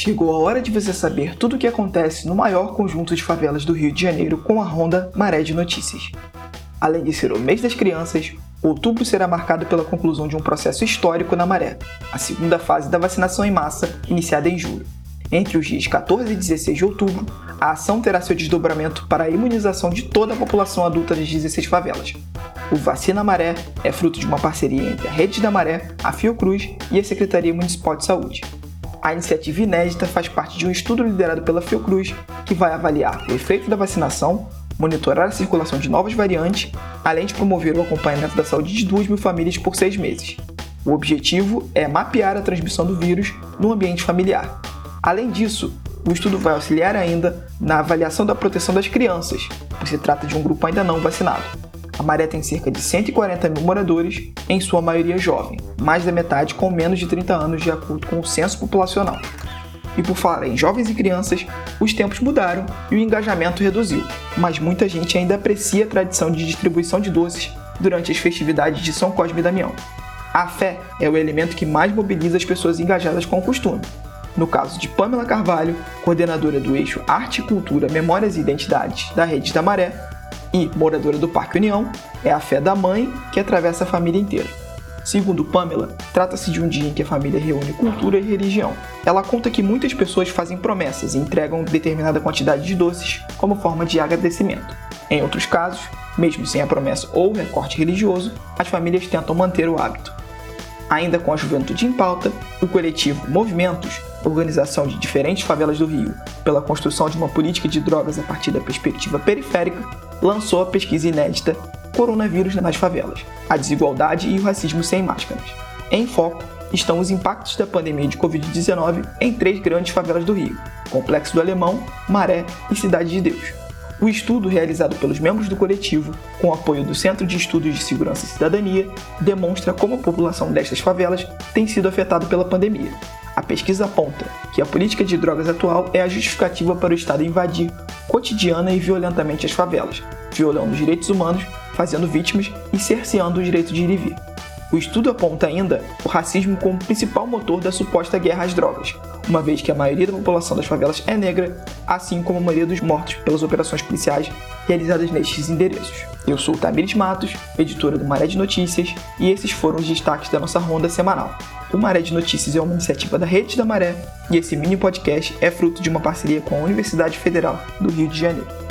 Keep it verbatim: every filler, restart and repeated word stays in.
Chegou a hora de você saber tudo o que acontece no maior conjunto de favelas do Rio de Janeiro com a Ronda Maré de Notícias. Além de ser o mês das crianças, outubro será marcado pela conclusão de um processo histórico na Maré, a segunda fase da vacinação em massa, iniciada em julho. Entre os dias quatorze e dezesseis de outubro, a ação terá seu desdobramento para a imunização de toda a população adulta das dezesseis favelas. O Vacina Maré é fruto de uma parceria entre a Rede da Maré, a Fiocruz e a Secretaria Municipal de Saúde. A iniciativa inédita faz parte de um estudo liderado pela Fiocruz, que vai avaliar o efeito da vacinação, monitorar a circulação de novas variantes, além de promover o acompanhamento da saúde de duas mil famílias por seis meses. O objetivo é mapear a transmissão do vírus no ambiente familiar. Além disso, o estudo vai auxiliar ainda na avaliação da proteção das crianças, pois se trata de um grupo ainda não vacinado. A Maré tem cerca de cento e quarenta mil moradores, em sua maioria jovem, mais da metade com menos de trinta anos de acordo com o censo populacional. E por falar em jovens e crianças, os tempos mudaram e o engajamento reduziu, mas muita gente ainda aprecia a tradição de distribuição de doces durante as festividades de São Cosme e Damião. A fé é o elemento que mais mobiliza as pessoas engajadas com o costume. No caso de Pamela Carvalho, coordenadora do eixo Arte, Cultura, Memórias e Identidades da Rede da Maré e moradora do Parque União, é a fé da mãe que atravessa a família inteira. Segundo Pamela, trata-se de um dia em que a família reúne cultura e religião. Ela conta que muitas pessoas fazem promessas e entregam determinada quantidade de doces como forma de agradecimento. Em outros casos, mesmo sem a promessa ou o recorte religioso, as famílias tentam manter o hábito. Ainda com a Juventude em Pauta, o coletivo Movimentos, organização de diferentes favelas do Rio, pela construção de uma política de drogas a partir da perspectiva periférica, lançou a pesquisa inédita Coronavírus nas Favelas, a desigualdade e o racismo sem máscaras. Em foco estão os impactos da pandemia de covid dezenove em três grandes favelas do Rio, Complexo do Alemão, Maré e Cidade de Deus. O estudo, realizado pelos membros do coletivo, com o apoio do Centro de Estudos de Segurança e Cidadania, demonstra como a população destas favelas tem sido afetada pela pandemia. A pesquisa aponta que a política de drogas atual é a justificativa para o Estado invadir cotidiana e violentamente as favelas, violando os direitos humanos, fazendo vítimas e cerceando o direito de ir e vir. O estudo aponta ainda o racismo como principal motor da suposta guerra às drogas, uma vez que a maioria da população das favelas é negra, assim como a maioria dos mortos pelas operações policiais realizadas nestes endereços. Eu sou Tamires Matos, editora do Maré de Notícias, e esses foram os destaques da nossa ronda semanal. O Maré de Notícias é uma iniciativa da Rede da Maré, e esse mini podcast é fruto de uma parceria com a Universidade Federal do Rio de Janeiro.